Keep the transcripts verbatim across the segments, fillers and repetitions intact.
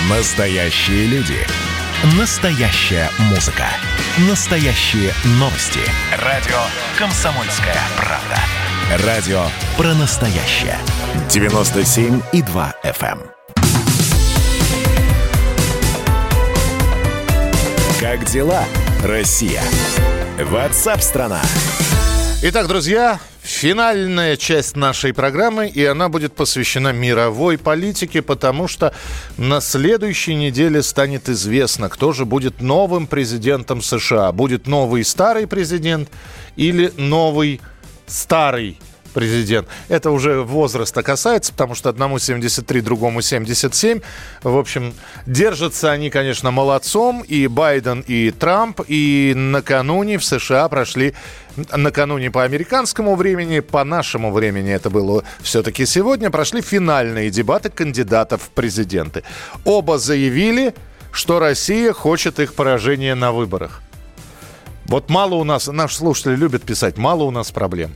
Настоящие люди. Настоящая музыка. Настоящие новости. Радио «Комсомольская правда». Радио про настоящее. девяносто семь и два эф эм. Как дела, Россия? Ватсап-страна! Итак, друзья, финальная часть нашей программы, и она будет посвящена мировой политике, потому что на следующей неделе станет известно, кто же будет новым президентом США. Будет новый старый президент или новый старый президент. Это уже возраста касается, потому что одному семьдесят три, другому семьдесят семь. В общем, держатся они, конечно, молодцом, и Байден, и Трамп, и накануне в США прошли, накануне по американскому времени, по нашему времени это было все-таки сегодня, прошли финальные дебаты кандидатов в президенты. Оба заявили, что Россия хочет их поражения на выборах. Вот мало у нас, наши слушатели любят писать, мало у нас проблем.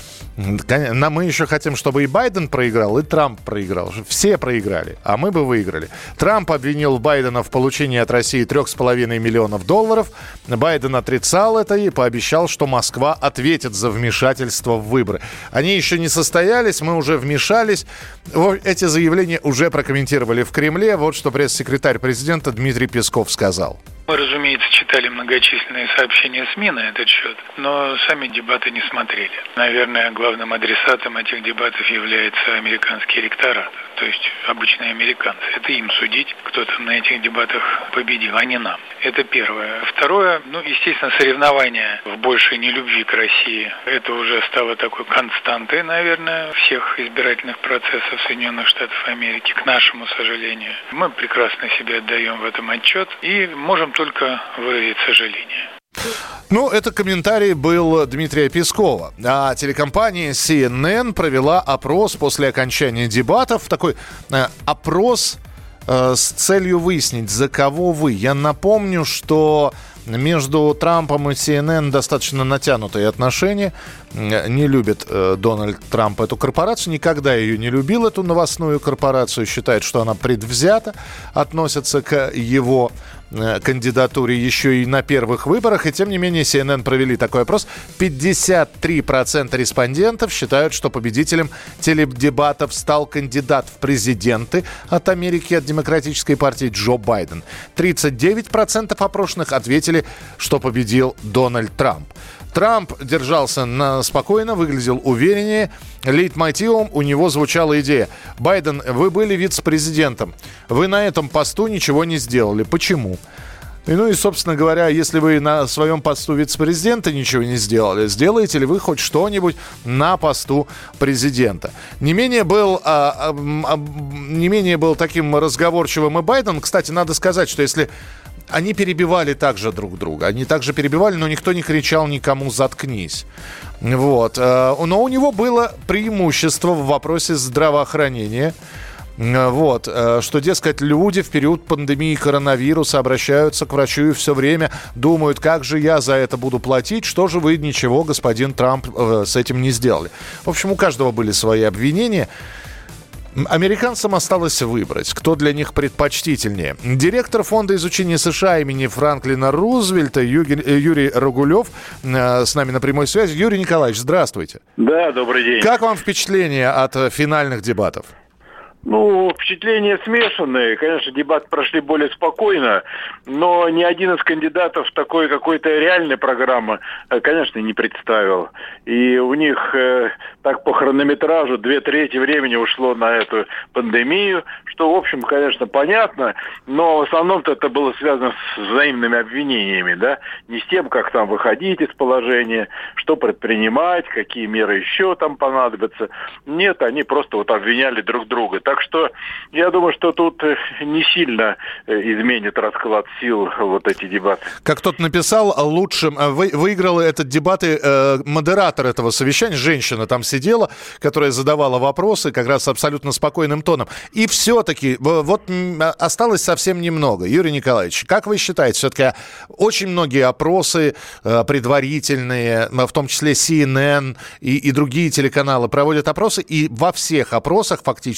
Мы еще хотим, чтобы и Байден проиграл, и Трамп проиграл. Все проиграли, а мы бы выиграли. Трамп обвинил Байдена в получении от России три с половиной миллионов долларов. Байден отрицал это и пообещал, что Москва ответит за вмешательство в выборы. Они еще не состоялись, мы уже вмешались. Эти заявления уже прокомментировали в Кремле. Вот что пресс-секретарь президента Дмитрий Песков сказал. Мы, разумеется, читали многочисленные сообщения СМИ на этот счет, но сами дебаты не смотрели. Наверное, главным адресатом этих дебатов является американский электорат, то есть обычные американцы. Это им судить, кто там на этих дебатах победил, а не нам. Это первое. Второе, ну, естественно, соревнование в большей нелюбви к России. Это уже стало такой константой, наверное, всех избирательных процессов Соединенных Штатов Америки, к нашему сожалению. Мы прекрасно себе отдаем в этом отчет и можем только выразить сожаление. Ну, это комментарий был Дмитрия Пескова. А телекомпания си эн эн провела опрос после окончания дебатов. Такой э, опрос э, с целью выяснить, за кого вы. Я напомню, что между Трампом и си эн эн достаточно натянутые отношения. Не любит э, Дональд Трамп эту корпорацию, никогда ее не любил, эту новостную корпорацию. Считает, что она предвзято относится к его э, кандидатуре еще и на первых выборах. И тем не менее си эн эн провели такой опрос. пятьдесят три процента респондентов считают, что победителем теледебатов стал кандидат в президенты от Америки, от Демократической партии Джо Байден. тридцать девять процентов опрошенных ответили, что победил Дональд Трамп. Трамп держался на, спокойно, выглядел увереннее. Лейтмотивом у него звучала идея. Байден, вы были вице-президентом. Вы на этом посту ничего не сделали. Почему? И, ну и, собственно говоря, если вы на своем посту вице-президента ничего не сделали, сделаете ли вы хоть что-нибудь на посту президента? Не менее был, а, а, не менее был таким разговорчивым и Байден. Кстати, надо сказать, что если... Они перебивали также друг друга. Они также перебивали, но никто не кричал никому «заткнись». Вот. Но у него было преимущество в вопросе здравоохранения. Вот. Что, дескать, люди в период пандемии коронавируса обращаются к врачу и все время думают, как же я за это буду платить, что же вы ничего, господин Трамп, с этим не сделали. В общем, у каждого были свои обвинения. Американцам осталось выбрать, кто для них предпочтительнее. Директор Фонда изучения США имени Франклина Рузвельта Юрий Рогулев с нами на прямой связи. Юрий Николаевич, здравствуйте. Да, добрый день. Как вам впечатление от финальных дебатов? Ну, впечатления смешанные. Конечно, дебаты прошли более спокойно, но ни один из кандидатов такой какой-то реальной программы, конечно, не представил. И у них э, так по хронометражу две трети времени ушло на эту пандемию, что, в общем, конечно, понятно, но в основном-то это было связано с взаимными обвинениями, да, не с тем, как там выходить из положения, что предпринимать, какие меры еще там понадобятся. Нет, они просто вот обвиняли друг друга. Так что я думаю, что тут не сильно изменит расклад сил вот эти дебаты. Как кто-то написал, лучшим вы, выиграл этот дебаты э, модератор этого совещания, женщина там сидела, которая задавала вопросы как раз с абсолютно спокойным тоном. И все-таки вот осталось совсем немного. Юрий Николаевич, как вы считаете, все-таки очень многие опросы э, предварительные, в том числе си эн эн и, и другие телеканалы проводят опросы, и во всех опросах фактически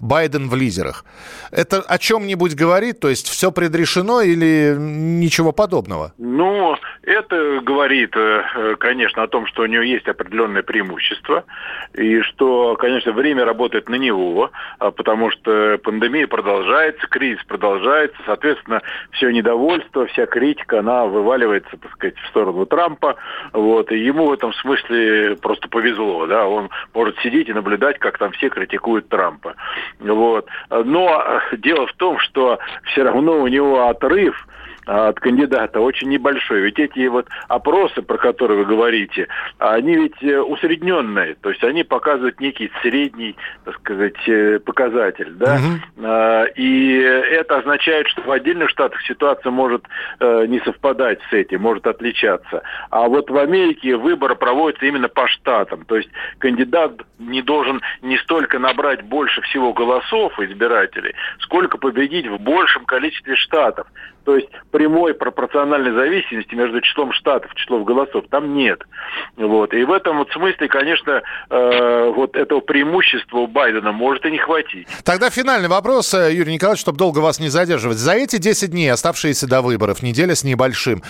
Байден в лидерах. Это о чем-нибудь говорит? То есть все предрешено или ничего подобного? Ну, это говорит, конечно, о том, что у него есть определенное преимущество, и что, конечно, время работает на него, потому что пандемия продолжается, кризис продолжается, соответственно, все недовольство, вся критика, она вываливается, так сказать, в сторону Трампа, вот, и ему в этом смысле просто повезло, да, он может сидеть и наблюдать, как там все критикуют Трампа, вот. Но дело в том, что все равно у него отрыв от кандидата очень небольшой. Ведь эти вот опросы, про которые вы говорите, они ведь усредненные. То есть они показывают некий средний, так сказать, показатель. Да? Uh-huh. И это означает, что в отдельных штатах ситуация может не совпадать с этим, может отличаться. А вот в Америке выборы проводятся именно по штатам. То есть кандидат не должен не столько набрать больше всего голосов избирателей, сколько победить в большем количестве штатов. То есть прямой пропорциональной зависимости между числом штатов и числом голосов там нет. Вот. И в этом вот смысле, конечно, э, вот этого преимущества у Байдена может и не хватить. Тогда финальный вопрос, Юрий Николаевич, чтобы долго вас не задерживать. За эти десять дней, оставшиеся до выборов, неделя с небольшим,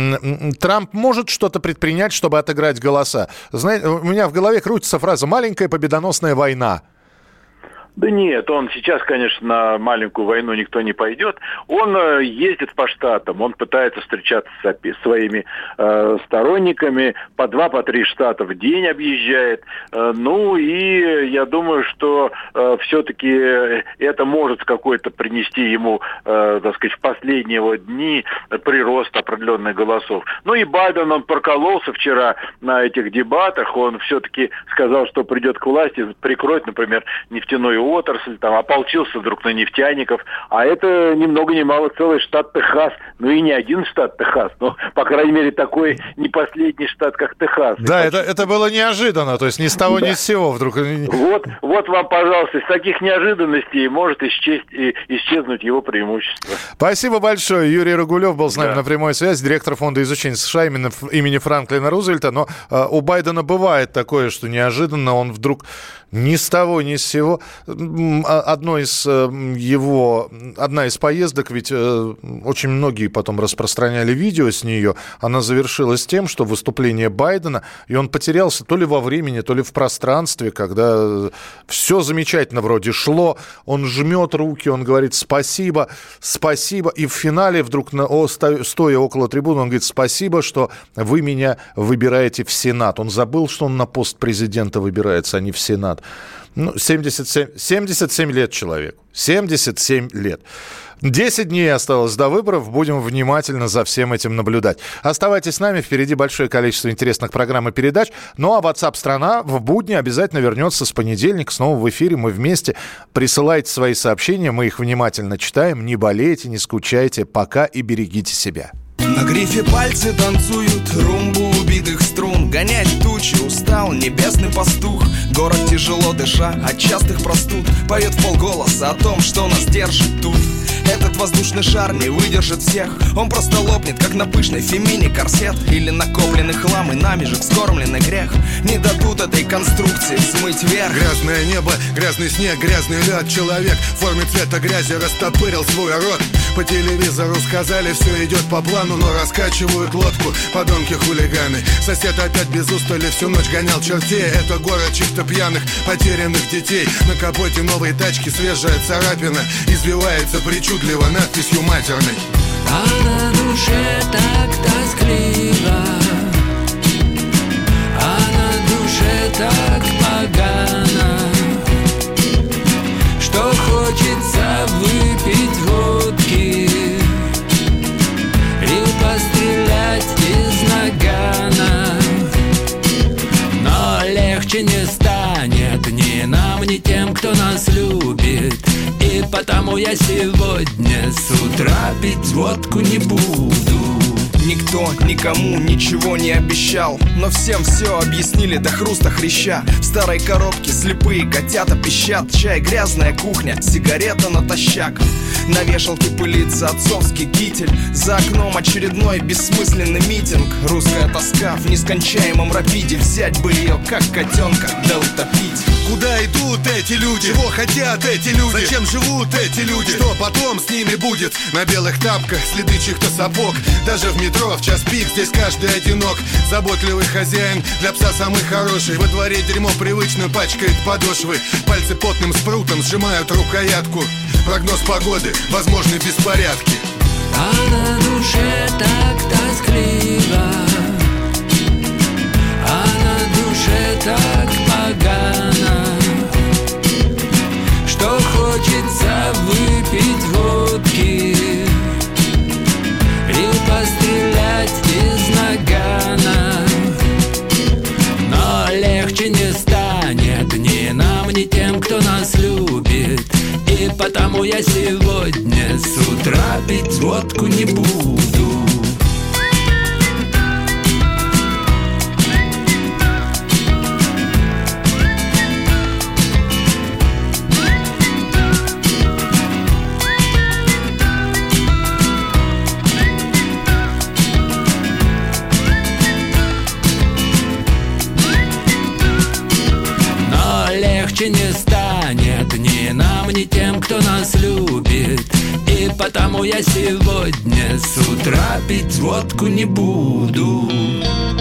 Трамп может что-то предпринять, чтобы отыграть голоса? Знаете, у меня в голове крутится фраза «маленькая победоносная война». Да нет, он сейчас, конечно, на маленькую войну никто не пойдет. Он э, ездит по штатам, он пытается встречаться с своими э, сторонниками, по два, по три штата в день объезжает. Э, ну и я думаю, что э, все-таки это может какой-то принести ему, э, так сказать, в последние вот дни прирост определенных голосов. Ну и Байден, он прокололся вчера на этих дебатах, он все-таки сказал, что придет к власти, прикроет, например, нефтяную отрасль, там, ополчился вдруг на нефтяников, а это ни много ни мало целый штат Техас, ну и не один штат Техас, но, по крайней мере, такой не последний штат, как Техас. Да, это, это было неожиданно, то есть ни с того, да. ни с сего вдруг. Вот, вот вам, пожалуйста, из таких неожиданностей может исчезнуть, исчезнуть его преимущество. Спасибо большое. Юрий Рагулев был с нами да. на прямой связи, директор фонда изучения США именно имени Франклина Рузвельта, но э, у Байдена бывает такое, что неожиданно он вдруг ни с того, ни с сего. Одно из его, одна из поездок, ведь очень многие потом распространяли видео с нее, она завершилась тем, что выступление Байдена, и он потерялся то ли во времени, то ли в пространстве, когда все замечательно вроде шло, он жмет руки, он говорит спасибо, спасибо, и в финале вдруг, стоя около трибуны, он говорит спасибо, что вы меня выбираете в Сенат. Он забыл, что он на пост президента выбирается, а не в Сенат. Ну, семьдесят семь, семьдесят семь лет человеку. семьдесят семь лет. десять дней осталось до выборов. Будем внимательно за всем этим наблюдать. Оставайтесь с нами. Впереди большое количество интересных программ и передач. Ну а WhatsApp страна в будни обязательно вернется с понедельника. Снова в эфире. Мы вместе. Присылайте свои сообщения. Мы их внимательно читаем. Не болейте, не скучайте. Пока и берегите себя. На грифе пальцы танцуют румбу убитых струн. Гонять тучи устал небесный пастух. Город тяжело дыша от частых простуд поет вполголоса о том, что нас держит тут. Этот воздушный шар не выдержит всех. Он просто лопнет, как на пышной фемине корсет. Или накопленный хлам и нами же вскормленный грех. Не дадут этой конструкции смыть вверх. Грязное небо, грязный снег, грязный лед. Человек в форме цвета грязи растопырил свой рот. По телевизору сказали, все идет по плану, но раскачивают лодку подонки-хулиганы. Сосед опять без устали всю ночь гонял чертей. Это город чисто пьяных, потерянных детей. На капоте новой тачки свежая царапина извивается причудливо надписью матерной. А на душе так тоскливо, а на душе так погано, что хочется выпить водки и пострелять из нагана. Но легче не станет ни нам, ни тем, кто нас любит. И потому я сегодня с утра пить водку не буду. Никто никому ничего не обещал, но всем все объяснили до хруста хряща. В старой коробке слепые котята пищат. Чай, грязная кухня, сигарета натощак. На вешалке пылится отцовский китель. За окном очередной бессмысленный митинг. Русская тоска в нескончаемом рапиде. Взять бы ее, как котенка, да утопить. Куда идут эти люди? Чего хотят эти люди? Зачем живут эти люди? Что потом с ними будет? На белых тапках следы чьих-то сапог. Даже в метро в час пик здесь каждый одинок. Заботливый хозяин, для пса самый хороший. Во дворе дерьмо привычно пачкает подошвы. Пальцы потным спрутом сжимают рукоятку. Прогноз погоды, возможны беспорядки. А на душе так тоскливо, а на душе так погано, что хочется выпить водки и пострелять из нагана. Но легче не станет ни нам, ни тем, кто нас любит. И потому я сегодня с утра пить водку не буду. Но легче не станет ни нам, ни тем, кто нас любит. И потому я сегодня с утра пить водку не буду.